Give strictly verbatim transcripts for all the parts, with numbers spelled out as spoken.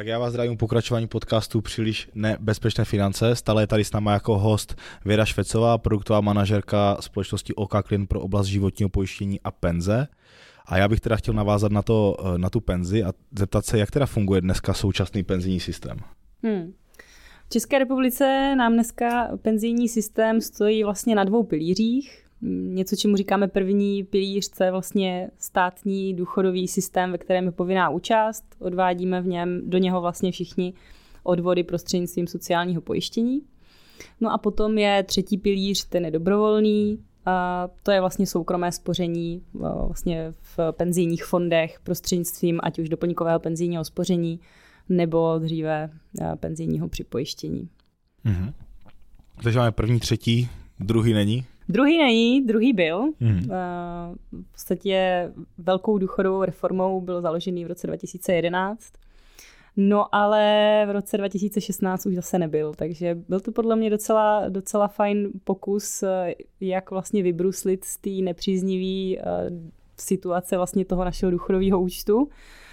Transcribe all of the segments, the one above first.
Tak já vás zdravím u pokračování podcastu Příliš nebezpečné finance. Stále je tady s náma jako host Věra Švecová, produktová manažerka společnosti O K Klient pro oblast životního pojištění a penze. A já bych teda chtěl navázat na, to, na tu penzi a zeptat se, jak teda funguje dneska současný penzijní systém. Hmm. V České republice nám dneska penzijní systém stojí vlastně na dvou pilířích. Něco, čemu říkáme první pilíř, to je vlastně státní důchodový systém, ve kterém je povinná účast. Odvádíme v něm, do něho vlastně všichni odvody prostřednictvím sociálního pojištění. No a potom je třetí pilíř, ten je dobrovolný. A to je vlastně soukromé spoření vlastně v penzijních fondech prostřednictvím ať už doplňkového penzijního spoření nebo dříve penzijního připojištění. Mhm. Takže máme první, třetí, druhý není? Druhý není, druhý byl. Mhm. V podstatě velkou důchodovou reformou byl založený v roce dva tisíce jedenáct. No ale v roce dva tisíce šestnáct už zase nebyl, takže byl to podle mě docela, docela fajn pokus, jak vlastně vybruslit z té nepříznivé situace vlastně toho našeho důchodového účtu.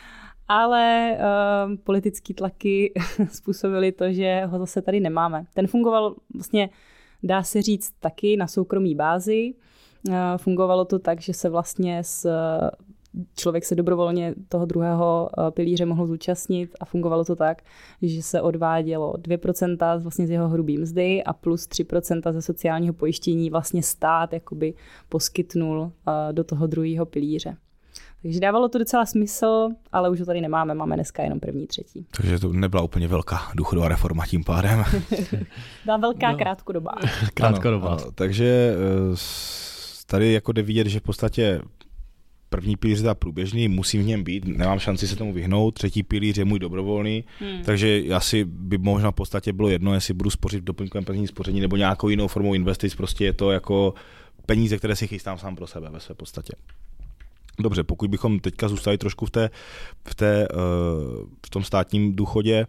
Ale uh, politické tlaky způsobily to, že ho zase tady nemáme. Ten fungoval vlastně, dá se říct, taky na soukromý bázi. Uh, fungovalo to tak, že se vlastně s člověk se dobrovolně toho druhého pilíře mohl zúčastnit a fungovalo to tak, že se odvádělo dvě procenta vlastně z jeho hrubý mzdy a plus tři procenta ze sociálního pojištění vlastně stát jakoby poskytnul do toho druhého pilíře. Takže dávalo to docela smysl, ale už ho tady nemáme, máme dneska jenom první, třetí. Takže to nebyla úplně velká důchodová reforma tím pádem. Byla velká no. krátkodobá. krátkodobá. Ano, ano, takže tady jako jde vidět, že v podstatě první pilíř je průběžný, musím v něm být, nemám šanci se tomu vyhnout, třetí pilíř je můj dobrovolný, hmm. takže asi by možná v podstatě bylo jedno, jestli budu spořit v doplňkovém penzijním spoření nebo nějakou jinou formou investic, prostě je to jako peníze, které si chystám sám pro sebe ve své podstatě. Dobře, pokud bychom teďka zůstali trošku v, té, v, té, v tom státním důchodě,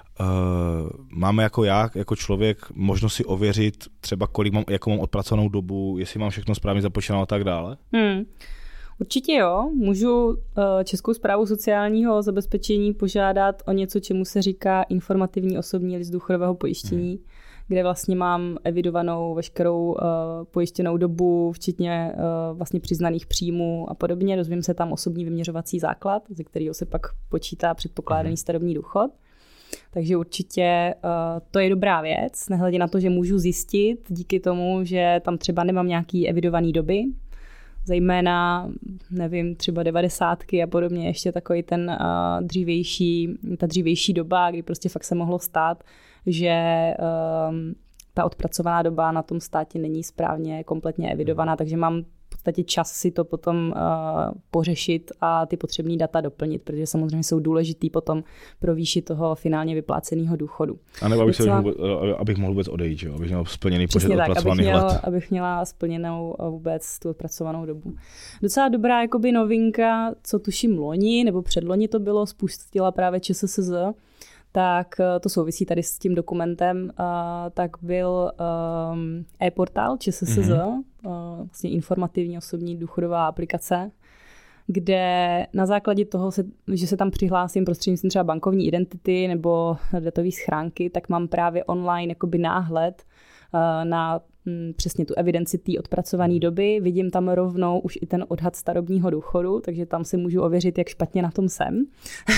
máme jako já, jako člověk, možnost si ověřit třeba kolik mám, jakou mám odpracovanou dobu, jestli mám všechno správně započítáno a tak dále? Hmm. Určitě jo, můžu Českou správu sociálního zabezpečení požádat o něco, čemu se říká informativní osobní list důchodového pojištění, hmm. kde vlastně mám evidovanou veškerou uh, pojištěnou dobu, včetně uh, vlastně přiznaných příjmů a podobně. Dozvím se tam osobní vyměřovací základ, ze kterého se pak počítá předpokládaný hmm. starobní důchod. Takže určitě uh, to je dobrá věc, nehledě na to, že můžu zjistit díky tomu, že tam třeba nemám nějaký evidovaný doby, zejména, nevím, třeba devadesátky a podobně, ještě takový ten uh, dřívější, ta dřívější doba, kdy prostě fakt se mohlo stát, že um, ta odpracovaná doba na tom státě není správně kompletně evidovaná, takže mám v podstatě čas si to potom uh, pořešit a ty potřebné data doplnit, protože samozřejmě jsou důležitý potom pro výši toho finálně vypláceného důchodu. A nebo abych, Docela... vůbec, abych mohl vůbec odejít, že? Abych měl splněný počet odpracovaných let. Abych, abych měla splněnou vůbec tu odpracovanou dobu. Docela dobrá jakoby novinka, co tuším loni, nebo předloni to bylo, spustila právě ČSSZ, tak to souvisí tady s tím dokumentem, tak byl e-portál ČSSZ, mm-hmm. vlastně informativní osobní důchodová aplikace, kde na základě toho, že se tam přihlásím prostřednictvím třeba bankovní identity nebo datové schránky, tak mám právě online jakoby náhled na přesně tu evidenci té odpracované doby. Vidím tam rovnou už i ten odhad starobního důchodu, takže tam si můžu ověřit, jak špatně na tom jsem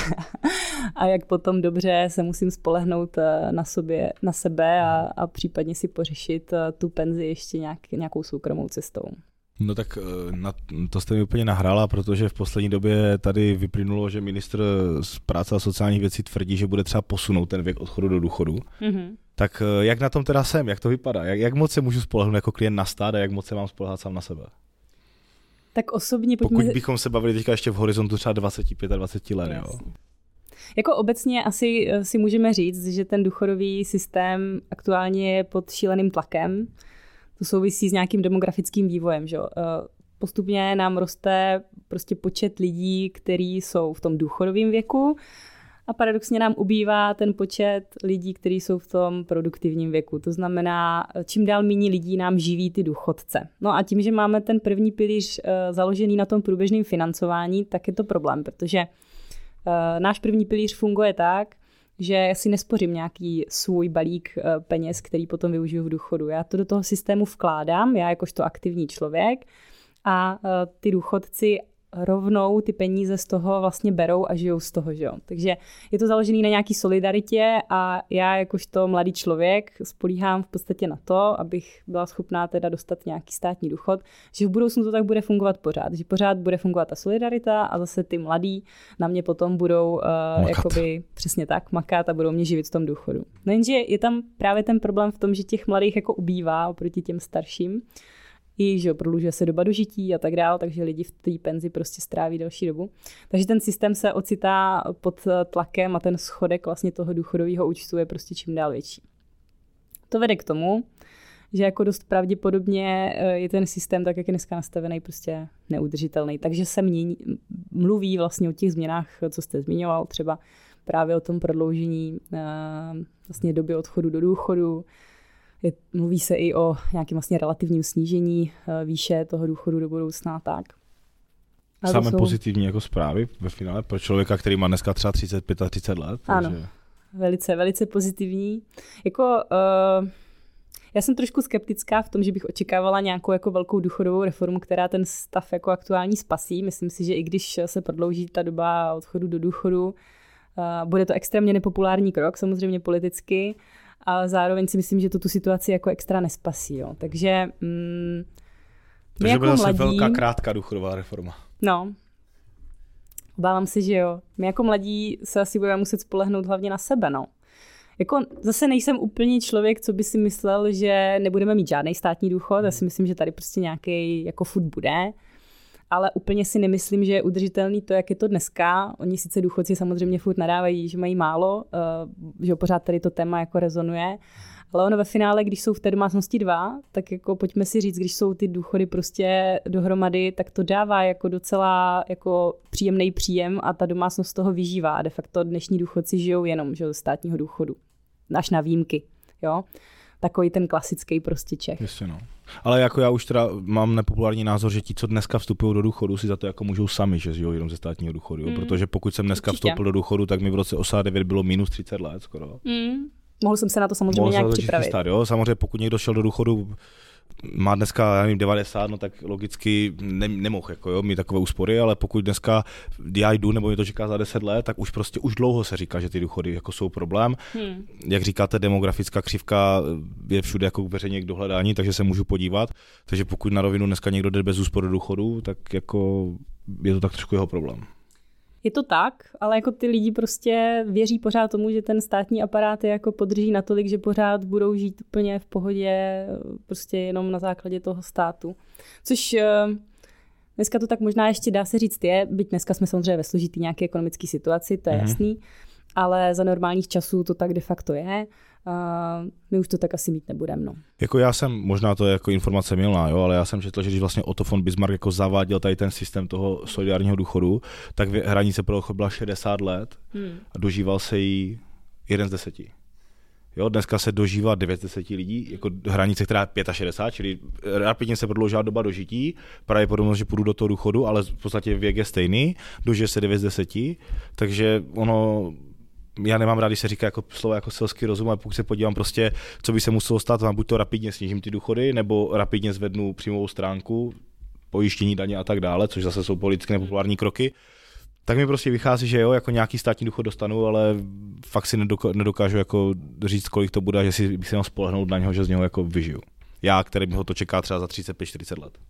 a jak potom dobře se musím spolehnout na, sobě, na sebe a, a případně si pořešit tu penzi ještě nějak, nějakou soukromou cestou. No tak na, to jste mi úplně nahrála, protože v poslední době tady vyplynulo, že ministr z práce a sociálních věcí tvrdí, že bude třeba posunout ten věk odchodu do důchodu. Mm-hmm. Tak jak na tom teda jsem? Jak to vypadá? Jak, jak moc se můžu spolehnout jako klient na stát a jak moc se mám spoléhat sám na sebe? Tak osobně pojďme... Pokud bychom se bavili teďka ještě v horizontu třeba dvacet pět a dvacet let, jo? Jako obecně asi si můžeme říct, že ten důchodový systém aktuálně je pod šíleným tlakem. To souvisí s nějakým demografickým vývojem, že? Postupně nám roste prostě počet lidí, kteří jsou v tom důchodovém věku a paradoxně nám ubývá ten počet lidí, kteří jsou v tom produktivním věku. To znamená, čím dál méně lidí nám živí ty důchodce. No a tím, že máme ten první pilíř založený na tom průběžném financování, tak je to problém, protože náš první pilíř funguje tak, že si nespořím nějaký svůj balík peněz, který potom využiju v důchodu. Já to do toho systému vkládám, já jakožto aktivní člověk a ty důchodci rovnou ty peníze z toho vlastně berou a žijou z toho, že jo. Takže je to založené na nějaký solidaritě a já jakožto mladý člověk spolíhám v podstatě na to, abych byla schopná teda dostat nějaký státní důchod, že v budoucnu to tak bude fungovat pořád, že pořád bude fungovat ta solidarita a zase ty mladí na mě potom budou uh, jakoby přesně tak makat a budou mě živit v tom důchodu. No jenže je tam právě ten problém v tom, že těch mladých jako ubývá oproti těm starším, i že prodlužuje se doba dožití a tak dál, takže lidi v té penzi prostě stráví další dobu. Takže ten systém se ocitá pod tlakem a ten schodek vlastně toho důchodového účtu je prostě čím dál větší. To vede k tomu, že jako dost pravděpodobně je ten systém tak, jak je dneska nastavený, prostě neudržitelný. Takže se mění, mluví vlastně o těch změnách, co jste zmiňoval, třeba právě o tom prodloužení vlastně doby odchodu do důchodu. Je, mluví se i o nějakém vlastně relativním snížení výše toho důchodu do budoucna a tak. Ale samé jsou pozitivní jako zprávy ve finále pro člověka, který má dneska třeba třicet pět a třicet let. Ano, takže velice, velice pozitivní. Jako, uh, já jsem trošku skeptická v tom, že bych očekávala nějakou jako velkou důchodovou reformu, která ten stav jako aktuální spasí. Myslím si, že i když se prodlouží ta doba odchodu do důchodu, uh, bude to extrémně nepopulární krok, samozřejmě politicky, ale zároveň si myslím, že to tu situaci jako extra nespasí. Jo. Takže mm, Takže jako bude zase mladí, velká krátká důchodová reforma. No, obávám se, že jo. My jako mladí se asi budeme muset spolehnout hlavně na sebe, no. Jako zase nejsem úplně člověk, co by si myslel, že nebudeme mít žádný státní důchod. Já si myslím, že tady prostě nějaký jako furt bude. Ale úplně si nemyslím, že je udržitelný to, jak je to dneska. Oni sice důchodci samozřejmě furt nadávají, že mají málo, že pořád tady to téma jako rezonuje. Ale ono ve finále, když jsou v té domácnosti dva, tak jako pojďme si říct, když jsou ty důchody prostě dohromady, tak to dává jako docela jako příjemný příjem a ta domácnost z toho vyžívá. A de facto dnešní důchodci žijou jenom že, ze státního důchodu. Až na výjimky, jo. Takový ten klasický prostě Čech. Jistě, no. Ale jako já už teda mám nepopulární názor, že ti, co dneska vstupují do důchodu, si za to jako můžou sami, že žijou jenom ze státního důchodu. Mm. Protože pokud jsem dneska Určitě. vstoupil do důchodu, tak mi v roce osmdesát devět bylo minus třicet let skoro. Mm. Mohl jsem se na to samozřejmě Mohl nějak připravit. Chystat, jo? Samozřejmě pokud někdo šel do důchodu, má dneska, já nevím, devadesát, no tak logicky ne, nemohl jako, jo, mít takové úspory, ale pokud dneska já jdu, nebo mě to čeká za deset let, tak už prostě už dlouho se říká, že ty důchody jako jsou problém. Hmm. Jak říkáte, demografická křivka je všude jako veřejně k dohledání, takže se můžu podívat. Takže pokud na rovinu dneska někdo jde bez úspor do důchodu, tak jako je to tak trošku jeho problém. Je to tak, ale jako ty lidi prostě věří pořád tomu, že ten státní aparát je jako podrží natolik, že pořád budou žít úplně v pohodě prostě jenom na základě toho státu. Což dneska to tak možná ještě dá se říct je, byť dneska jsme samozřejmě ve složitý nějaké ekonomické situaci, to je mm-hmm. jasný, ale za normálních časů to tak de facto je. A my už to tak asi mít nebudeme. No. Jako já jsem, možná to je jako informace milná, jo, ale já jsem četl, že když vlastně Otto von Bismarck jako zaváděl tady ten systém toho solidárního důchodu, tak hranice pro důchod byla šedesát let hmm. a dožíval se jí jeden z deseti. Jo, dneska se dožívá devět z deseti lidí, jako hranice, která je šedesát pět, čili rapidně se prodloužila doba dožití, pravděpodobnost, že půjdu do toho důchodu, ale v podstatě věk je stejný, dožije se devět z deseti, takže ono já nemám rád, když se říká jako slovo jako selský rozum, ale pokud se podívám prostě, co by se muselo stát, mám buď to rapidně snížím ty důchody, nebo rapidně zvednu příjmovou stránku, pojištění daně a tak dále, což zase jsou politicky nepopulární kroky, tak mi prostě vychází, že jo, jako nějaký státní důchod dostanu, ale fakt si nedokážu jako říct, kolik to bude, že si bych se měl spolehnout na něho, že z něho jako vyžiju. Já, který mi ho to čeká třeba za třicet pět čtyřicet let.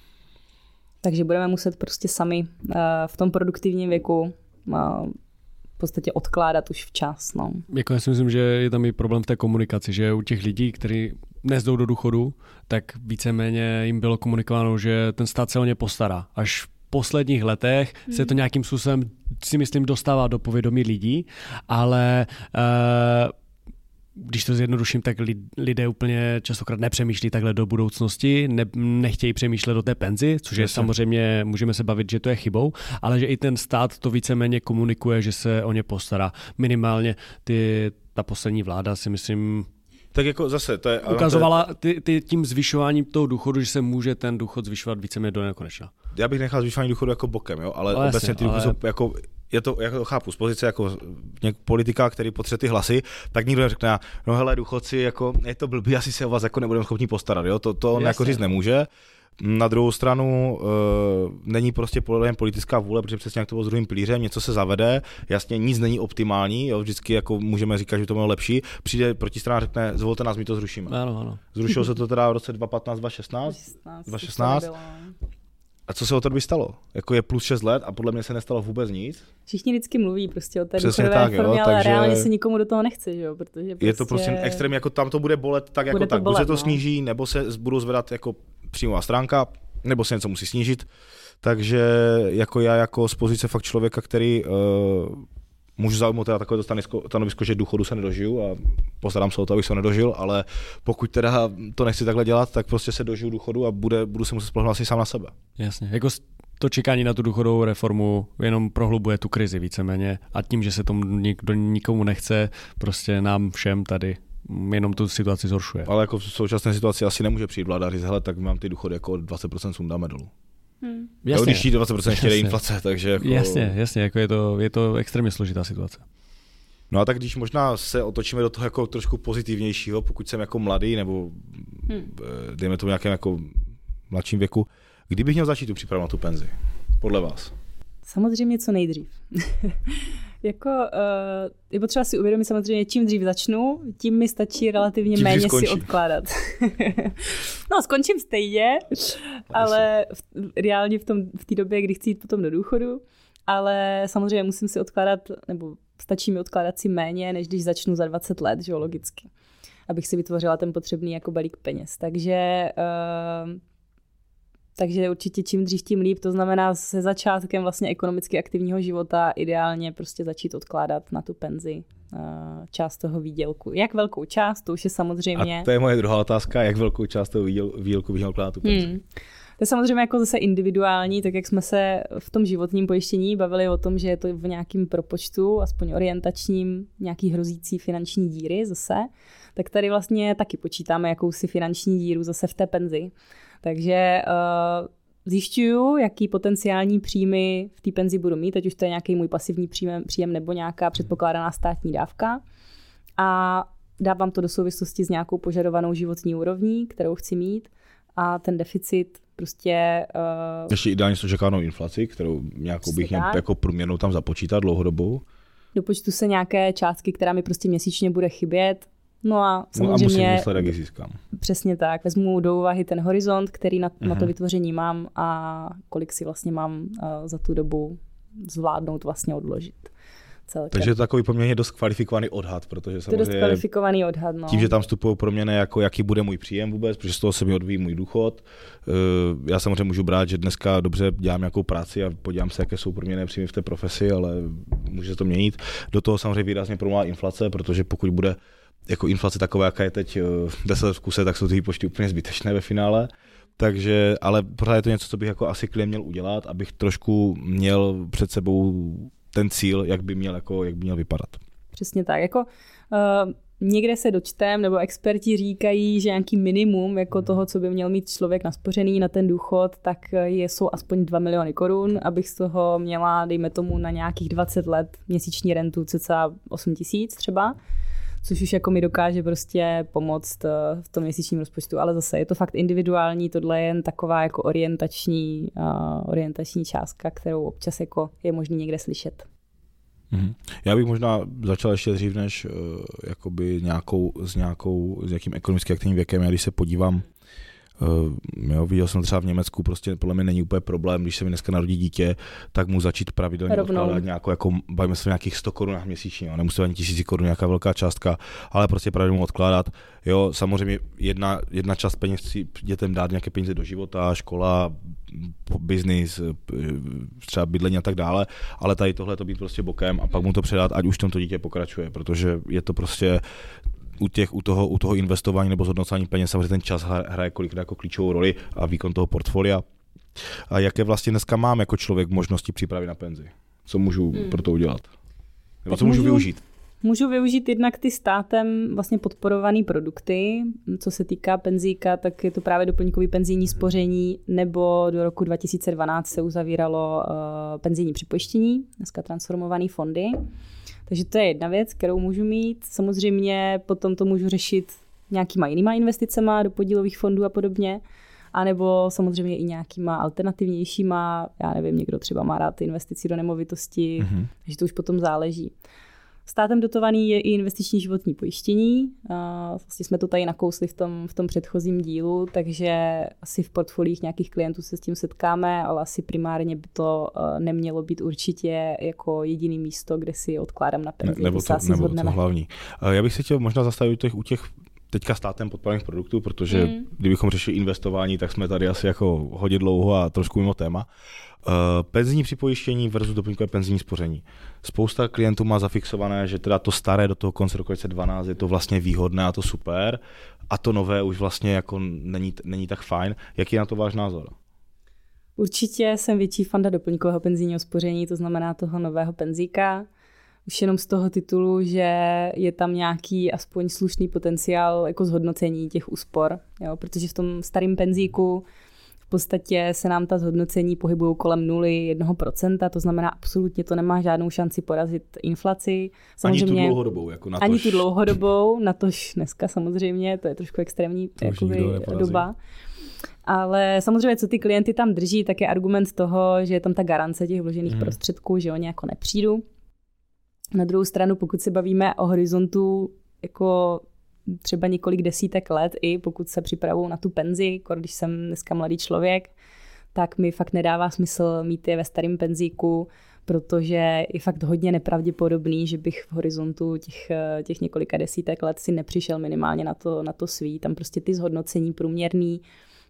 Takže budeme muset prostě sami uh, v tom produktivním věku uh, v podstatě odkládat už včas. No. Jako já si myslím, že je tam i problém v té komunikaci, že u těch lidí, kteří nezdou do důchodu, tak víceméně jim bylo komunikováno, že ten stát se o ně postará. Až v posledních letech hmm. se to nějakým způsobem, si myslím, dostává do povědomí lidí, ale uh, když to zjednoduším, tak lidé úplně častokrát nepřemýšlí takhle do budoucnosti, ne, nechtějí přemýšlet do té penzi, což je samozřejmě, můžeme se bavit, že to je chybou, ale že i ten stát to víceméně komunikuje, že se o ně postará. Minimálně ty, ta poslední vláda si myslím, tak jako zase to je, ukazovala ty, ty, tím zvyšováním toho důchodu, že se může ten důchod zvyšovat víceméně do nekonečna. Já bych nechal zvyšování důchodu jako bokem, jo, ale, ale obecně ty důchody ale... jsou jako je to, jak to chápu, z pozice jako něk, politika, který potřebuje ty hlasy, tak nikdo neřekne, no hele, důchodci, jako, je to blbý, asi se o vás jako nebudeme schopni postarat, jo? To, to on jako říct nemůže. Na druhou stranu e, není prostě politická vůle, protože přesně jak to bylo s druhým pilířem, něco se zavede, jasně nic není optimální, jo? Vždycky jako můžeme říkat, že to bylo lepší, přijde protistrana řekne, zvolte nás, my to zrušíme. Ano, ano. Zrušilo se to teda v roce dva tisíce patnáct, dva tisíce šestnáct? dva tisíce šestnáct. A co se od té doby stalo? Jako je plus šest let a podle mě se nestalo vůbec nic. Všichni vždycky mluví prostě o té důchodové reformě, ale takže reálně se nikomu do toho nechce, že jo? Protože prostě je to prostě extrémně, jako tam to bude bolet tak jako tak. Buď se to no. sníží, nebo se budou zvedat jako příjmová stránka, nebo se něco musí snížit. Takže jako já jako z pozice fakt člověka, který uh, můžu zaujmout teda takové stanovisko, že důchodu se nedožiju a postarám se o to, abych se nedožil, ale pokud teda to nechci takhle dělat, tak prostě se dožiju důchodu a bude, budu se muset spolehnout asi sám na sebe. Jasně, jako to čekání na tu důchodovou reformu jenom prohlubuje tu krizi víceméně a tím, že se tomu nikdo nikomu nechce, prostě nám všem tady jenom tu situaci zhoršuje. Ale jako v současné situaci asi nemůže přijít vláda říct, hele, tak mám ty důchody jako dvacet procent sundáme dolů. Hmm. Jasně. Když jí dvacet procent ještě jde inflace, takže jako... Jasně, jasně, jako je to, je to extrémně složitá situace. No a tak když možná se otočíme do toho jako trošku pozitivnějšího, pokud jsem jako mladý, nebo hmm. dejme tomu nějakém jako mladším věku, kdy bych měl začít tu přípravu na tu penzi? Podle vás? Samozřejmě co nejdřív. Jako, uh, je potřeba si uvědomit samozřejmě, čím dřív začnu, tím mi stačí relativně tím méně si odkládat. No, skončím stejně, ale v, reálně v té v době, kdy chci jít potom do důchodu, ale samozřejmě musím si odkládat, nebo stačí mi odkládat si méně, než když začnu za dvacet let, že jo, logicky, abych si vytvořila ten potřebný jako balík peněz. Takže... Uh, Takže určitě čím dřív, tím líp. To znamená se začátkem vlastně ekonomicky aktivního života ideálně prostě začít odkládat na tu penzi část toho výdělku. Jak velkou část, to už je samozřejmě... A to je moje druhá otázka, jak velkou část toho výdělku bych měl odkládat tu penzi? Hmm. To je samozřejmě jako zase individuální, tak jak jsme se v tom životním pojištění bavili o tom, že je to v nějakém propočtu, aspoň orientačním, nějaký hrozící finanční díry zase, tak tady vlastně taky počítáme jakousi finanční díru zase v té penzi. Takže uh, zjišťuju, jaký potenciální příjmy v té penzi budu mít, ať už to je nějaký můj pasivní příjem, příjem nebo nějaká předpokládaná státní dávka. A dávám to do souvislosti s nějakou požadovanou životní úrovní, kterou chci mít. A ten deficit prostě... Uh, Ještě ideálně s očekávanou inflaci, kterou nějakou bych měl jako průměrnou tam započítat dlouhodobou. Dopočtu se nějaké částky, která mi prostě měsíčně bude chybět. No a samozřejmě... No a musím myslet, jak ji získám. Přesně tak. Vezmu do úvahy ten horizont, který na, uh-huh. na to vytvoření mám a kolik si vlastně mám uh, za tu dobu zvládnout vlastně odložit. Celkem. Takže je to takový poměrně dost kvalifikovaný odhad, protože samozřejmě... To je dost kvalifikovaný odhad, no. Tím, že tam vstupují proměny, jako jaký bude můj příjem vůbec, protože z toho se mi odvíjí můj důchod. Já samozřejmě můžu brát, že dneska dobře dělám nějakou práci a podívám se, jaké jsou proměnné příjmy v té profesi, ale může se to měnit. Do toho samozřejmě výrazně promluvá inflace, protože pokud bude jako inflace taková, jaká je teď deset let v kuse, tak jsou ty výpočty úplně zbytečné ve finále. Takže, ale pořád je to něco, co bych jako asi klient měl udělat, abych trošku měl před sebou ten cíl, jak by měl, jako, jak by měl vypadat. Přesně tak. Jako, uh, někde se dočtem, nebo experti říkají, že nějaký minimum jako toho, co by měl mít člověk naspořený na ten důchod, tak je, jsou aspoň dva miliony korun, abych z toho měla, dejme tomu, na nějakých dvacet let měsíční rentu cca osm tisíc třeba, což už jako mi dokáže prostě pomoct v tom měsíčním rozpočtu, ale zase je to fakt individuální, tohle je jen taková jako orientační, uh, orientační částka, kterou občas jako je možný někde slyšet. Mm-hmm. Já bych možná začal ještě dřív, než uh, jakoby nějakou, s, nějakou, s nějakým ekonomicky aktivním věkem. Já když se podívám, Uh, jo, viděl jsem třeba v Německu, prostě podle mě není úplně problém, když se mi dneska narodí dítě, tak mu začít pravidelně Rovnou. odkládat nějakou, jako bavíme se o nějakých sto korun měsíčně, jo, nemusí ani tisíci korun, nějaká velká částka, ale prostě pravidelně odkládat. Jo, samozřejmě jedna, jedna část peněz si dětem dát nějaké peníze do života, škola, biznis, třeba bydlení a tak dále, ale tady tohle to být prostě bokem a pak mu to předat, ať už tomto dítě pokračuje, protože je to prostě u, těch, u, toho, u toho investování nebo zhodnocení peněz samozřejmě ten čas hraje kolikrát jako klíčovou roli a výkon toho portfolia. A jaké vlastně dneska mám jako člověk možnosti přípravy na penzi? Co můžu hmm. pro to udělat? Nebo co můžu, můžu využít? Můžu využít jednak ty státem vlastně podporované produkty. Co se týká penzíka, tak je to právě doplňkový penzijní spoření, nebo do roku dva tisíce dvanáct se uzavíralo uh, penzijní připojištění, dneska transformované fondy. Takže to je jedna věc, kterou můžu mít. Samozřejmě potom to můžu řešit nějakýma jinýma investicema do podílových fondů a podobně. A nebo samozřejmě i nějakýma alternativnějšíma, já nevím, někdo třeba má rád investici do nemovitosti, mm-hmm. takže to už potom záleží. Státem dotovaný je i investiční životní pojištění. Vlastně jsme to tady nakousli v tom, v tom předchozím dílu, takže asi v portfoliích nějakých klientů se s tím setkáme, ale asi primárně by to nemělo být určitě jako jediný místo, kde si odkládám na penzi. Ne, nebo to, nebo to hlavní. Já bych se chtěl možná zastavit u těch, u těch teďka státem podporovaných produktů, protože mm. kdybychom řešili investování, tak jsme tady asi jako hodně dlouho a trošku mimo téma. Uh, penzijní připojištění versus doplňkové penzijní spoření. Spousta klientů má zafixované, že teda to staré do toho konce roku dva tisíce dvanáct je to vlastně výhodné a to super, a to nové už vlastně jako není, není tak fajn. Jaký je na to váš názor? Určitě jsem větší fanda doplňkového penzijního spoření, to znamená toho nového penzíka. Už jenom z toho titulu, že je tam nějaký aspoň slušný potenciál jako zhodnocení těch úspor, jo? Protože v tom starém penzíku v podstatě se nám ta zhodnocení pohybují kolem nuly, jednoho procenta, to znamená absolutně to nemá žádnou šanci porazit inflaci. Samozřejmě, ani tu dlouhodobou. Jako natož... Ani tu dlouhodobou, natož dneska samozřejmě, to je trošku extrémní jakoby, doba. Ale samozřejmě, co ty klienty tam drží, tak je argument toho, že je tam ta garance těch vložených hmm. prostředků, že oni jako nepřijdu. Na druhou stranu, pokud se bavíme o horizontu jako třeba několik desítek let, i pokud se připravuju na tu penzi, když jsem dneska mladý člověk, tak mi fakt nedává smysl mít je ve starém penzíku, protože je fakt hodně nepravděpodobný, že bych v horizontu těch, těch několika desítek let si nepřišel minimálně na to, na to svý. Tam prostě ty zhodnocení průměrný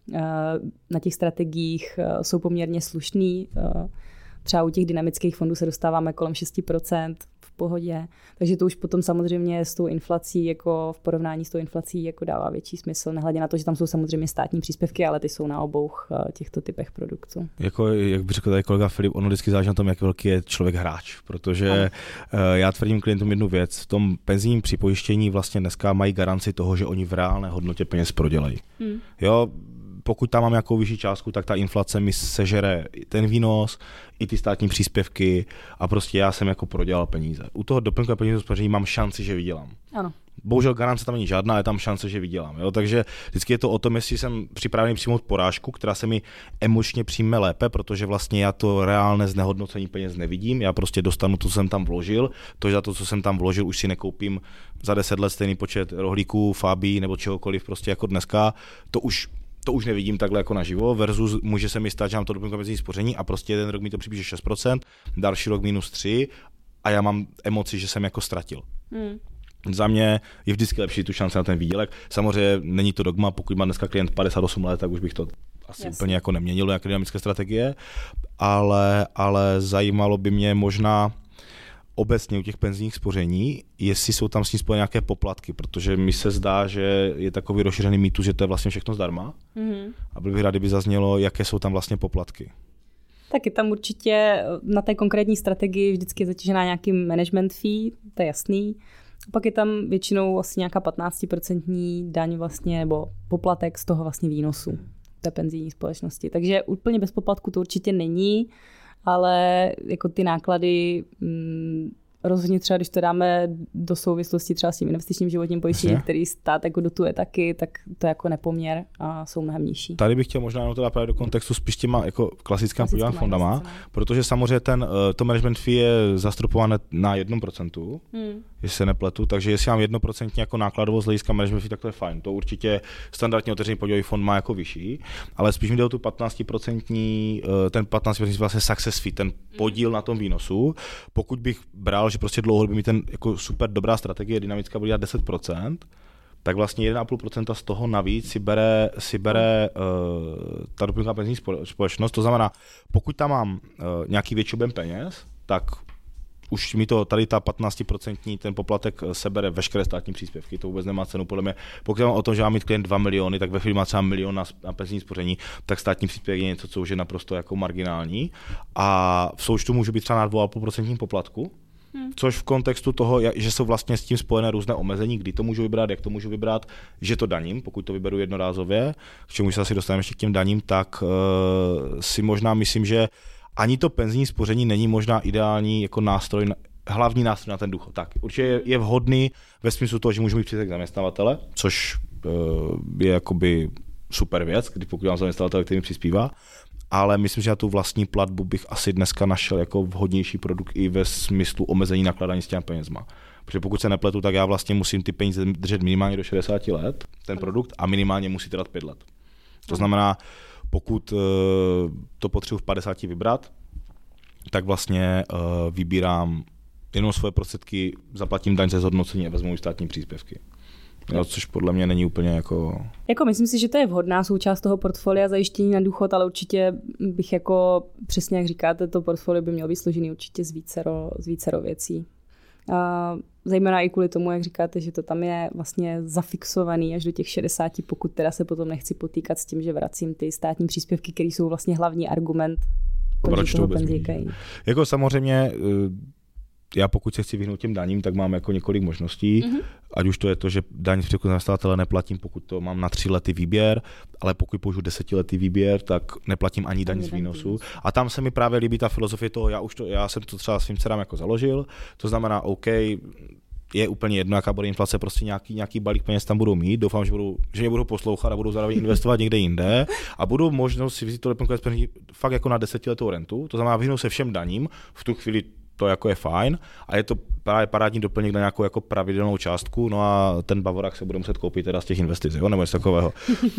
na těch strategiích jsou poměrně slušný. Třeba u těch dynamických fondů se dostáváme kolem šest procent v pohodě. Takže to už potom samozřejmě s tou inflací, jako v porovnání s tou inflací jako dává větší smysl. Nehledě na to, že tam jsou samozřejmě státní příspěvky, ale ty jsou na obou těchto typech produktů. Jako, jak by řekl tady kolega Filip, ono vždycky záleží na tom, jak velký je člověk hráč. Protože ano. Já tvrdím klientům jednu věc. V tom penzijním připojištění vlastně dneska mají garanci toho, že oni v reálné hodnotě peněz prodělají. Hmm. Jo, pokud tam mám nějakou vyšší částku, tak ta inflace mi sežere ten výnos, i ty státní příspěvky a prostě já jsem jako prodělal peníze. U toho doplňkového penězového spoření mám šanci, že vydělám. Ano. Bohužel garance tam není žádná, je tam šance, že vydělám. Jo? Takže vždycky je to o tom, jestli jsem připravený přijmout porážku, která se mi emočně přijme lépe, protože vlastně já to reálné znehodnocení peněz nevidím. Já prostě dostanu to, co jsem tam vložil. To, že za to, co jsem tam vložil, už si nekoupím za deset let stejný počet rohlíků, fábí nebo čehokoliv prostě jako dneska. To už To už nevidím takhle jako naživo, versus může se mi stát, že mám to doplňkové penzijní spoření a prostě jeden rok mi to připíše šest procent, další rok minus tři a já mám emoci, že jsem jako ztratil. Hmm. Za mě je vždycky lepší tu šanci na ten výdělek. Samozřejmě není to dogma, pokud má dneska klient padesát osm let, tak už bych to asi Jasně. úplně jako neměnil do nějaké dynamické strategie, ale, ale zajímalo by mě možná obecně u těch penzijních spoření, jestli jsou tam s ní spojené nějaké poplatky, protože mi se zdá, že je takový rozšířený mýtus, že to je vlastně všechno zdarma. Mm-hmm. A byl bych rád, kdyby zaznělo, jaké jsou tam vlastně poplatky. Tak je tam určitě na té konkrétní strategii vždycky zatížená nějaký management fee, to je jasný. A pak je tam většinou vlastně nějaká patnáctiprocentní daň vlastně, nebo poplatek z toho vlastně výnosu té penzijní společnosti. Takže úplně bez poplatku to určitě není, ale jako ty náklady mm, rozhodně třeba, když to dáme do souvislosti třeba s tím investičním životním pojištěním, který stát jako dotuje taky, tak to je jako nepoměr a jsou mnohem nižší. Tady bych chtěl možná to dát právě do kontextu spíš těma jako klasickým podívaným fondama, protože samozřejmě ten, to management fee je zastropované na jednom procentu, hmm. jestli se nepletu, takže jestli mám jedno procento jako nákladovost z hlediska management fee, tak to je fajn. To určitě standardně otevřený podílový fond má jako vyšší, ale spíš mi jde o tu patnáctiprocentní, ten patnáctiprocentní vlastně success fee, ten podíl na tom výnosu. Pokud bych bral, že prostě dlouhodobě mi ten jako super dobrá strategie dynamická bude dělat deset procent, tak vlastně jedna celá pět procenta z toho navíc si bere, si bere uh, ta doplňková penzijní společnost. To znamená, pokud tam mám uh, nějaký větší objem peněz, tak už mi to tady ta patnáctiprocentní ten poplatek sebere veškeré státní příspěvky, to vůbec nemá cenu podle mě. Pokud mám o tom, že mám mít klient dva miliony, tak ve chvíli má třeba milion na, na penzijní spoření, tak státní příspěvek je něco, co už je naprosto jako marginální. A v součtu může být třeba na dva celá pět procenta poplatku, Hmm. Což v kontextu toho, že jsou vlastně s tím spojené různé omezení, kdy to můžu vybrat, jak to můžu vybrat, že to daním, pokud to vyberu jednorázově, k čemu se asi dostaneme ještě k těm daním, tak uh, si možná myslím, že ani to penzijní spoření není možná ideální jako nástroj, hlavní nástroj na ten důchod. Tak, určitě je, je vhodný ve smyslu toho, že můžu mít příspěvek zaměstnavatele, což uh, je jakoby super věc, když pokud mám zaměstnavatele, který mi přispívá, ale myslím, že na tu vlastní platbu bych asi dneska našel jako vhodnější produkt i ve smyslu omezení nakladání s těmi penězma. Protože pokud se nepletu, tak já vlastně musím ty peníze držet minimálně do šedesáti let, ten produkt, a minimálně musí trvat pět let. To znamená, pokud uh, to potřebuji v padesáti vybrat, tak vlastně uh, vybírám jenom svoje prostředky, zaplatím daň ze zhodnocení a vezmu státní příspěvky. Jo, což podle mě není úplně jako... Jako myslím si, že to je vhodná součást toho portfolia zajištění na důchod, ale určitě bych jako, přesně jak říkáte, to portfolio by mělo být složený určitě z vícero, z vícero věcí. A zejména i kvůli tomu, jak říkáte, že to tam je vlastně zafixovaný až do těch šedesáti, pokud teda se potom nechci potýkat s tím, že vracím ty státní příspěvky, které jsou vlastně hlavní argument, proč to vůbec mění. Jako samozřejmě... Já pokud se chci vyhnout těm daním, tak mám jako několik možností, mm-hmm. ať už to je to, že daň z příspěvku zaměstnavatele neplatím, pokud to mám na tři lety výběr, ale pokud použiju desetiletý výběr, tak neplatím ani daň z výnosu. A tam se mi právě líbí ta filozofie toho, já už to, já jsem to třeba svým dcerám jako založil, to znamená, OK, je úplně jedno, jaká bude inflace, prostě nějaký, nějaký balík peněz tam budou mít, doufám, že, budou, že mě budou poslouchat a budou zároveň investovat někde jinde a budou možnost si vzít to lepší fakt jako na desetiletou rentu, to znamená vyhnout se všem daním, v tu chvíli to jako je fajn a je to právě parádní doplněk na nějakou jako pravidelnou částku, no a ten Bavorák se bude muset koupit teda z těch investic, jo, nebo něco takového.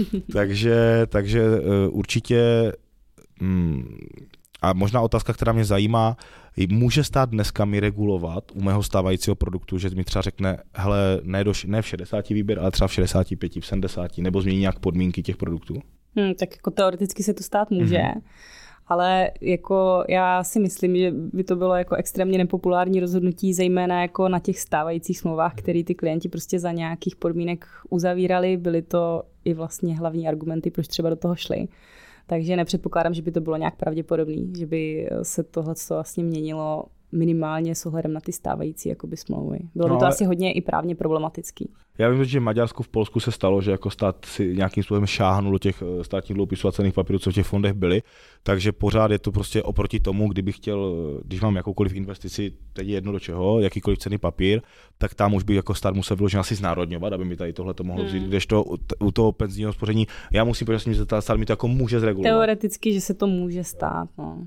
takže, takže uh, určitě mm, a možná otázka, která mě zajímá, může stát dneska mi regulovat u mého stávajícího produktu, že mi třeba řekne, hele, ne, do, ne v šedesáti výběr, ale třeba v šedesáti pěti, v sedmdesáti, nebo změní nějak podmínky těch produktů? Hmm, tak jako teoreticky se to stát může. Mm-hmm. Ale jako já si myslím, že by to bylo jako extrémně nepopulární rozhodnutí, zejména jako na těch stávajících smlouvách, které ty klienti prostě za nějakých podmínek uzavírali. Byly to i vlastně hlavní argumenty, proč třeba do toho šli. Takže nepředpokládám, že by to bylo nějak pravděpodobný, že by se tohle vlastně měnilo minimálně s ohledem na ty stávající jakoby smlouvy. Bylo by no, to asi hodně i právně problematický. Já vím, že v Maďarsku, v Polsku se stalo, že jako stát si nějakým způsobem šáhnul do těch státních dluhopisů a cenných papírů, co v těch fondech byly, takže pořád je to prostě oproti tomu, kdybych chtěl, když mám jakoukoliv investici, teď je jedno do čeho, jakýkoliv cenný papír, tak tam už bych jako stát musel vyloženě asi znárodňovat, aby mi tady tohle to mohlo vzít, hmm. kdežto u toho penzijního spoření já musím počasně, že stát mi to jako může zregulovat. Teoreticky, že se to může stát, no.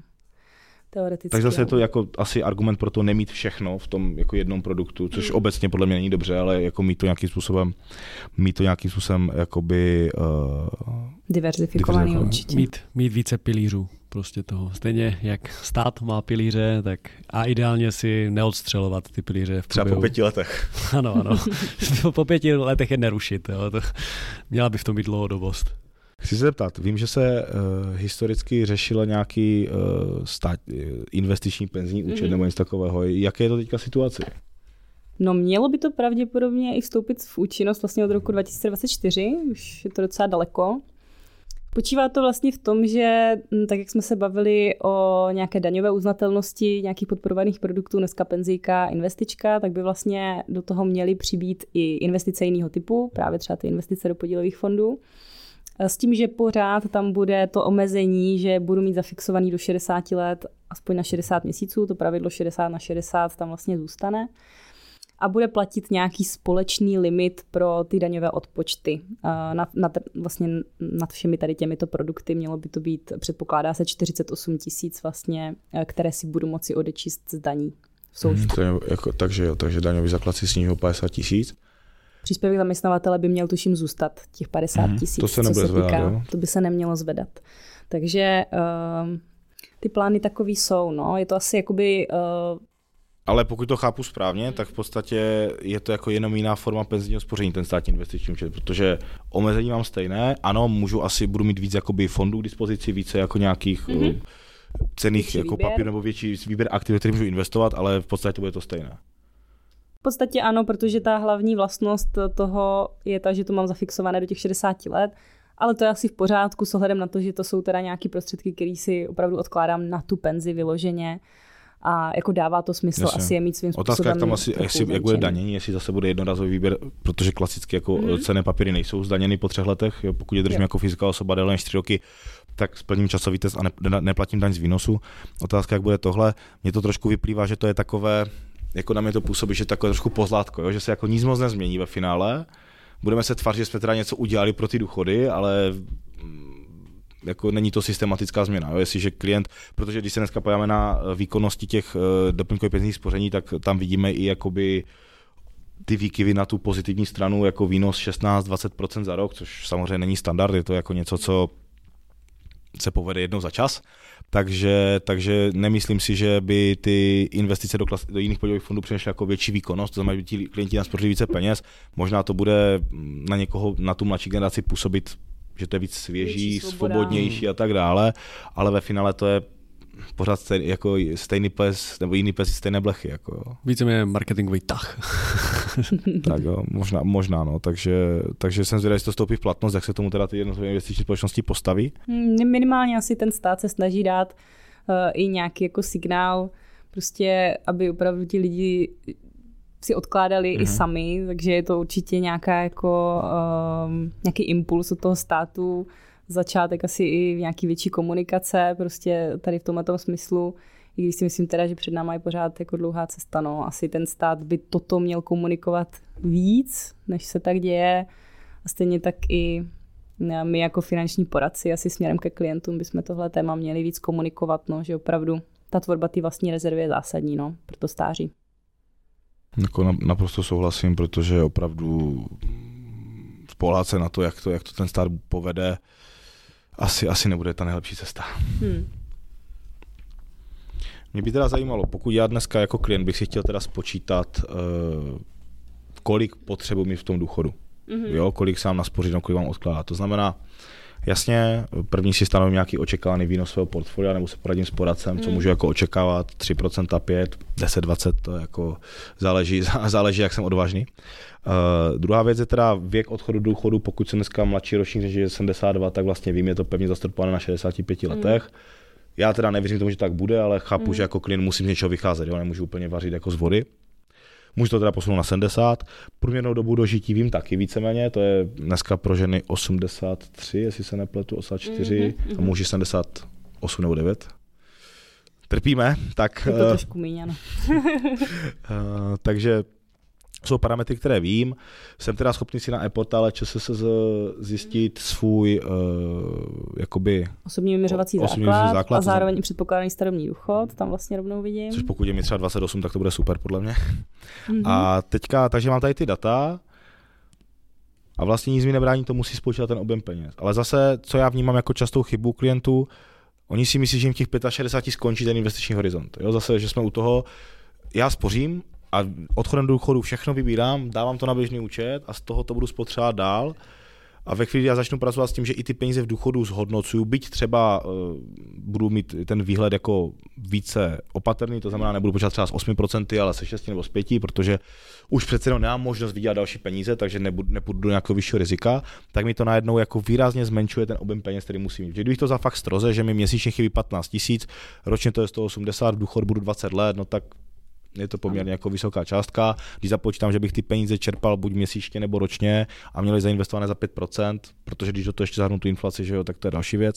Tak zase je to jako asi argument pro to nemít všechno v tom jako jednom produktu, což mm. obecně podle mě není dobře, ale jako mít to nějakým způsobem, mít to nějakým způsobem jakoby uh, diverzifikovaný určitě. Mít, mít více pilířů prostě toho. Stejně jak stát má pilíře, tak a ideálně si neodstřelovat ty pilíře v průběhu. Třeba po pěti letech. Ano, ano. po pěti letech je nerušit. Jo. To, měla by v tom být dlouhodobost. Chci se zeptat, vím, že se uh, historicky řešila nějaký uh, stát, investiční penzijní účet mm-hmm. nebo něco takového. Jaké je to teďka situace? No mělo by to pravděpodobně i vstoupit v účinnost vlastně od roku dva tisíce dvacet čtyři, už je to docela daleko. Počívá to vlastně v tom, že tak jak jsme se bavili o nějaké daňové uznatelnosti nějakých podporovaných produktů, dneska penzijka, investička, tak by vlastně do toho měly přibýt i investice jiného typu, právě třeba ty investice do podílových fondů. S tím, že pořád tam bude to omezení, že budu mít zafixovaný do šedesáti let, aspoň na šedesát měsíců, to pravidlo šedesát na šedesát tam vlastně zůstane. A bude platit nějaký společný limit pro ty daňové odpočty. Nad, nad, vlastně nad všemi tady těmito produkty mělo by to být, předpokládá se čtyřicet osm tisíc vlastně, které si budu moci odečíst z daní v součtu. Hmm, jako, takže jo, takže daňový základ si snížil padesát tisíc. Příspěvek zaměstnavatele by měl tuším zůstat těch padesát tisíc, to se nebude zvedat, týká, jo? To by se nemělo zvedat. Takže uh, ty plány takový jsou, no, je to asi jakoby... Uh, Ale pokud to chápu správně, tak v podstatě je to jako jenom jiná forma penzijního spoření, ten státní investiční účet, protože omezení mám stejné, ano, můžu asi, budu mít víc jakoby fondů k dispozici, více jako nějakých mm-hmm. cenných jako papír nebo větší výběr aktiv, který můžu investovat, ale v podstatě to bude to stejné. V podstatě ano, protože ta hlavní vlastnost toho je ta, že to mám zafixované do těch šedesáti let, ale to je asi v pořádku s ohledem na to, že to jsou teda nějaké prostředky, které si opravdu odkládám na tu penzi vyloženě a jako dává to smysl Jasně. asi je mít svým způsobem. Otázka, jak tam asi, jestli, jak bude danění, jestli zase bude jednorázový výběr, protože klasicky jako mm-hmm. cenné papíry nejsou zdaněny po třech letech, jo, pokud je držím jo. jako fyzická osoba déle než tři roky, tak splním časový test a ne, ne, neplatím daň z výnosu. Otázka, jak bude tohle, mně to trošku vyplývá, že to je takové, jako na mě to působí, že takové trošku pozlátko, jo, že se jako nic moc nezmění ve finále. Budeme se tvářit, že jsme teda něco udělali pro ty důchody, ale jako není to systematická změna. Jo? Jestliže klient, protože když se dneska podíváme na výkonnosti těch uh, doplňkových penzijních spoření, tak tam vidíme i jakoby ty výkyvy na tu pozitivní stranu, jako výnos šestnáct až dvacet procent za rok, což samozřejmě není standard, je to jako něco, co se povede jednou za čas. Takže, takže nemyslím si, že by ty investice do, klas, do jiných podílových fondů přinesly jako větší výkonnost, to znamená, že ti klienti naspoří více peněz. Možná to bude na někoho, na tu mladší generaci působit, že to je víc svěží, svobodnější a tak dále, ale ve finále to je pořád stejný, jako stejný ples, nebo jiný ples, stejné blechy. Jako. Víceméně marketingový tah. Tak jo, možná, možná no, takže, takže jsem zvědavý, jestli to stoupí v platnost, jak se tomu teda ty jednotlivé investiční společnosti postaví. Minimálně asi ten stát se snaží dát uh, i nějaký jako signál, prostě, aby opravdu ti lidi si odkládali mm-hmm. i sami, takže je to určitě nějaká jako um, nějaký impuls od toho státu, začátek asi i nějaký větší komunikace, prostě tady v tomto smyslu, i když si myslím teda, že před náma je pořád jako dlouhá cesta, no, asi ten stát by toto měl komunikovat víc, než se tak děje, a stejně tak i my jako finanční poradci asi směrem ke klientům bychom tohle téma měli víc komunikovat, no, že opravdu ta tvorba té vlastní rezervy je zásadní, no, pro to stáří. Jako naprosto souhlasím, protože opravdu spoléhat se na to, jak to, jak to ten stát povede, asi, asi nebude ta nejlepší cesta. Hmm. Mě by teda zajímalo, pokud já dneska jako klient bych si chtěl teda spočítat, uh, kolik potřebuji mít v tom důchodu, mm-hmm. jo, kolik sám naspořit, kolik mám odkládat. To znamená, jasně, první si stanovím nějaký očekávaný výnos svého portfolia, nebo se poradím s poradcem, mm. co můžu jako očekávat, tři procenta, pět, deset, dvacet, to jako záleží, záleží, jak jsem odvážný. Uh, druhá věc je teda věk odchodu do důchodu, pokud jsem dneska mladší ročník, než je sedmdesát dva, tak vlastně vím, je to pevně zastropované na šedesáti pěti mm. letech. Já teda nevěřím tomu, že tak bude, ale chápu, mm. že jako klient musím z něčeho vycházet, jo, nemůžu úplně vařit jako z vody. Můžu to teda posunout na sedmdesát. Průměrnou dobu dožití vím taky víceméně, to je dneska pro ženy osmdesát tři, jestli se nepletu, osmdesát čtyři, mm-hmm. a muži sedmdesát osm nebo devět. Trpíme, tak... Je to trošku míň, ano. uh, takže jsou parametry, které vím. Jsem teda schopný si na e-portále ČSSZ zjistit svůj uh, jakoby... Osobní vyměřovací základ, základ a zároveň i předpokládaný starobní důchod, tam vlastně rovnou vidím. Což pokud je mi třeba dvacet osm, tak to bude super podle mě. Mm-hmm. A teďka, takže mám tady ty data a vlastně nic mi nebrání tomu si spočítat ten objem peněz. Ale zase, co já vnímám jako častou chybu klientů, oni si myslí, že jim v těch šedesáti pěti skončí ten investiční horizont. Jo? Zase, že jsme u toho, já spořím, a odchodem do důchodu všechno vybírám, dávám to na běžný účet a z toho to budu spotřebovat dál. A ve chvíli, já začnu pracovat s tím, že i ty peníze v důchodu zhodnocuju, byť třeba uh, budu mít ten výhled jako více opatrný, to znamená, nebudu počítat třeba s osmi procenty, ale se šesti nebo s pěti, protože už přece jenom nemám možnost vydělat další peníze, takže nebudu, nepůjdu do nějakého vyššího rizika, tak mi to najednou jako výrazně zmenšuje ten objem peněz, který musím mít. Kdybych to za fakt stroze, že mi měsíčně chybí patnáct tisíc, ročně to je sto osmdesát, v důchodu budu dvacet let, no tak je to poměrně jako vysoká částka. Když započítám, že bych ty peníze čerpal buď měsíčně nebo ročně a měli zainvestované za pět procent, protože když do toho ještě zahrnu tu inflaci, že jo, tak to je další věc,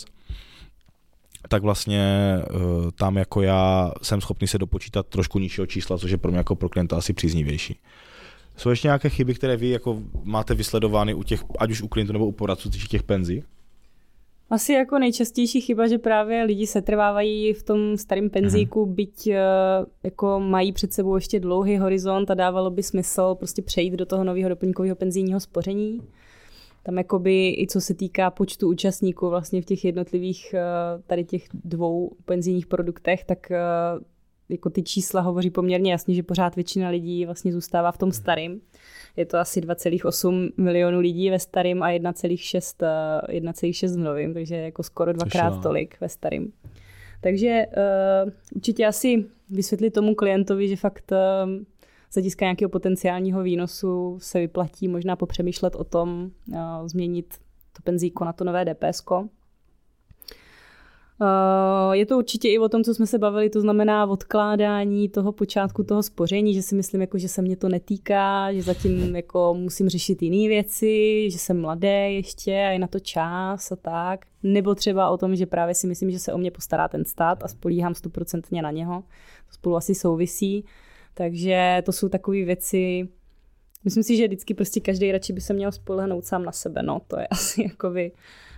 tak vlastně uh, tam jako já jsem schopný se dopočítat trošku nižšího čísla, což je pro mě jako pro klienta asi příznivější. Jsou ještě nějaké chyby, které vy jako máte vysledovány u těch, ať už u klientů nebo u poradců těch penzí? Asi jako nejčastější chyba, že právě lidi setrvávají v tom starém penzíku, mm. byť jako mají před sebou ještě dlouhý horizont a dávalo by smysl prostě přejít do toho nového doplňkového penzijního spoření. Tam jakoby i co se týká počtu účastníků vlastně v těch jednotlivých tady těch dvou penzijních produktech, tak jako ty čísla hovoří poměrně jasně, že pořád většina lidí vlastně zůstává v tom starém. Je to asi dva celá osm milionů lidí ve starém a jedna celá šest v novém, takže jako skoro dvakrát tolik ve starém. Takže uh, určitě asi vysvětlit tomu klientovi, že fakt uh, z hlediska nějakého potenciálního výnosu se vyplatí možná popřemýšlet o tom uh, změnit to penzíko na to nové DPSko. Uh, je to určitě i o tom, co jsme se bavili, to znamená odkládání toho počátku toho spoření, že si myslím, jako, že se mě to netýká, že zatím jako musím řešit jiné věci, že jsem mladý ještě a je na to čas a tak. Nebo třeba o tom, že právě si myslím, že se o mě postará ten stát a spolíhám stoprocentně na něho. To spolu asi souvisí. Takže to jsou takové věci. Myslím si, že vždycky prostě každý radši by se měl spolehnout sám na sebe. No, to je asi jakoby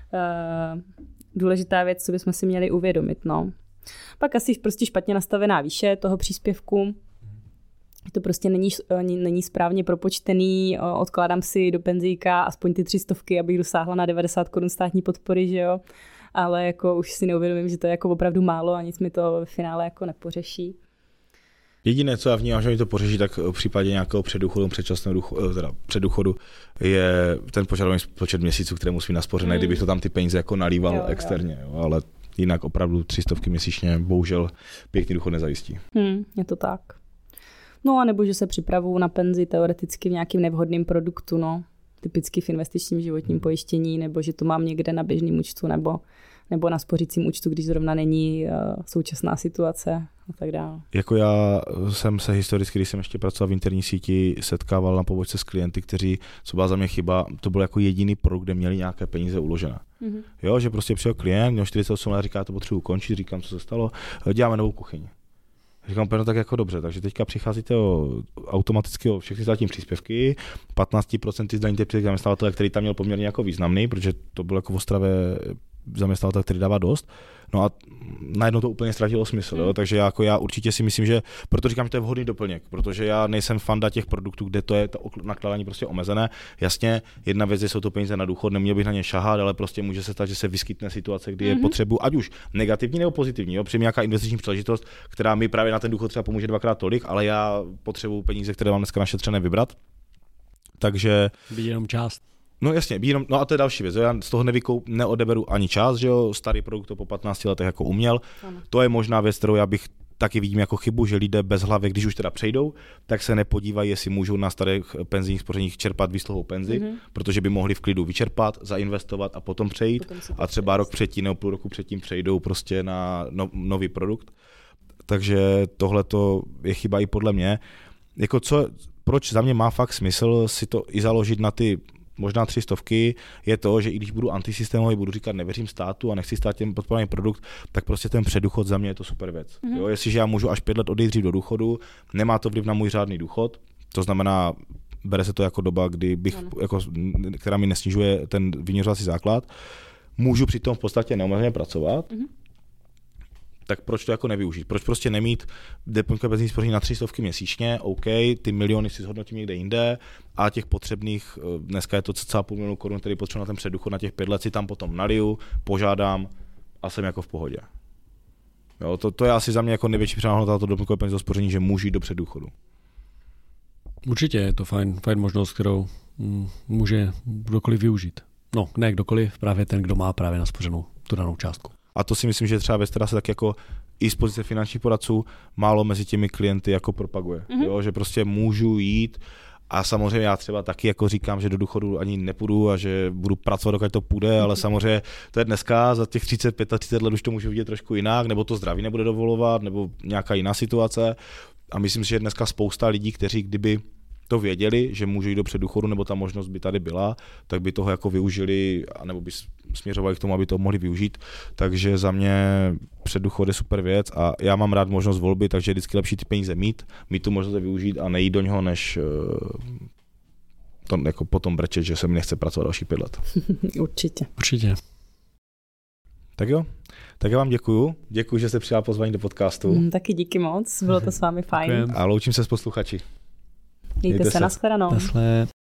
uh, důležitá věc, co bychom si měli uvědomit. No. Pak asi prostě špatně nastavená výše toho příspěvku. To prostě není, není správně propočtený. Odkládám si do penzijka aspoň ty tři stovky, abych dosáhla na devadesát korun státní podpory, že jo. Ale jako už si neuvědomím, že to je jako opravdu málo a nic mi to v finále jako nepořeší. Jediné, co já vnímám, že mi to pořeší, tak v případě nějakého předdůchodu, předčasného důchodu, teda předdůchodu, je ten požadovaný počet měsíců, které musí naspořené, mm. kdybych to tam ty peníze jako nalíval jo, externě, jo. Jo, ale jinak opravdu tři stovky měsíčně bohužel pěkný důchod nezajistí. Hmm, je to tak. No a nebo že se připravuju na penzi teoreticky v nějakým nevhodným produktu, no. Typicky v investičním životním pojištění, nebo že to mám někde na běžném účtu, nebo, nebo na spořícím účtu, když zrovna není uh, současná situace a tak dále. Jako já jsem se historicky, když jsem ještě pracoval v interní síti, setkával na pobočce s klienty, kteří, co byla za mě chyba, to byl jako jediný produkt, kde měli nějaké peníze uložené. Mm-hmm. Jo, že prostě přijel klient, měl čtyřicet osm let, říká, to potřebuji končit, říkám, co se stalo, děláme novou kuchyni. Říkám, no tak jako dobře, takže teďka přicházíte o automaticky o všechny státní příspěvky, patnáct procent zdaníte příspěvky zaměstnavatele, který tam měl poměrně jako významný, protože to byl jako v Ostravě zaměstnavatel, který dává dost. No a najednou to úplně ztratilo smysl, hmm. jo? Takže já, jako já určitě si myslím, že proto říkám, že to je vhodný doplněk, protože já nejsem fanda těch produktů, kde to je to nakládání prostě omezené. Jasně, jedna věc je, jsou to peníze na důchod, neměl bych na ně šahat, ale prostě může se stát, že se vyskytne situace, kdy hmm. je potřebu, ať už negativní nebo pozitivní, jo? Přijím nějaká investiční příležitost, která mi právě na ten důchod třeba pomůže dvakrát tolik, ale já potřebuji peníze, které mám dneska našetřené, vybrat. Takže být jenom část. No jasně, jenom, no a to je další věc, já z toho nevykoup, neodeberu ani čas, že jo, starý produkt to po patnácti letech jako uměl, ano. To je možná věc, kterou já bych taky vidím jako chybu, že lidé bez hlavy, když už teda přejdou, tak se nepodívají, jestli můžou na starých penzijních spořeních čerpat výsluhovou penzi, mm-hmm. protože by mohli v klidu vyčerpat, zainvestovat a potom přejít potom a třeba rok předtím nebo půl roku předtím přejdou prostě na no, nový produkt. Takže tohle to je chyba i podle mě. Jako co, proč za mě má fakt smysl si to i založit na ty možná tři stovky, je to, že i když budu antisystémový, budu říkat nevěřím státu a nechci státně podporovaný produkt, tak prostě ten předdůchod za mě je to super věc. Mm-hmm. Jo, jestliže já můžu až pět let odejít dřív do důchodu, nemá to vliv na můj řádný důchod, to znamená, bere se to jako doba, kdy bych, jako, která mi nesnižuje ten vyměřovací základ, můžu přitom v podstatě neomezeně pracovat, mm-hmm. tak proč to jako nevyužít? Proč prostě nemít doplňkové penzijní spoření na tři stovky měsíčně, OK, ty miliony si zhodnotím někde jinde a těch potřebných, dneska je to cca půl milionu korun, který potřebuji na ten předdůchod na těch pět let, si tam potom naliju, požádám a jsem jako v pohodě. Jo, to, to je asi za mě jako největší přidaná hodnota to doplňkové penzijní spoření, že můžu jít do předdůchodu. Určitě je to fajn, fajn možnost, kterou může kdokoliv využít. No, ne kdokoliv, právě ten, kdo má právě naspořenou tu danou částku. A to si myslím, že třeba věc, která se tak jako i z pozice finančních poradců málo mezi těmi klienty jako propaguje. Mm-hmm. Jo, že prostě můžu jít a samozřejmě já třeba taky jako říkám, že do důchodu ani nepůjdu a že budu pracovat, dokud to půjde, mm-hmm. ale samozřejmě to je dneska, za těch třicet, třicet pět let už to můžu vidět trošku jinak, nebo to zdraví nebude dovolovat, nebo nějaká jiná situace. A myslím si, že dneska spousta lidí, kteří kdyby to věděli, že můžou jít do předdůchodu, nebo ta možnost by tady byla, tak by toho jako využili, nebo by směřovali k tomu, aby to mohli využít. Takže za mě předdůchod je super věc a já mám rád možnost volby, takže je vždycky lepší ty peníze mít, mít tu možnost využít a nejít do něho, než to jako potom brečet, že se mi nechce pracovat další pět let. Určitě. Určitě. Tak jo, tak já vám děkuju. Děkuju, že jste přijala pozvání do podcastu. Mm, taky díky moc, bylo to s vámi fajn. A loučím se s posluchači. Mějte se, nashledanou. Naschle.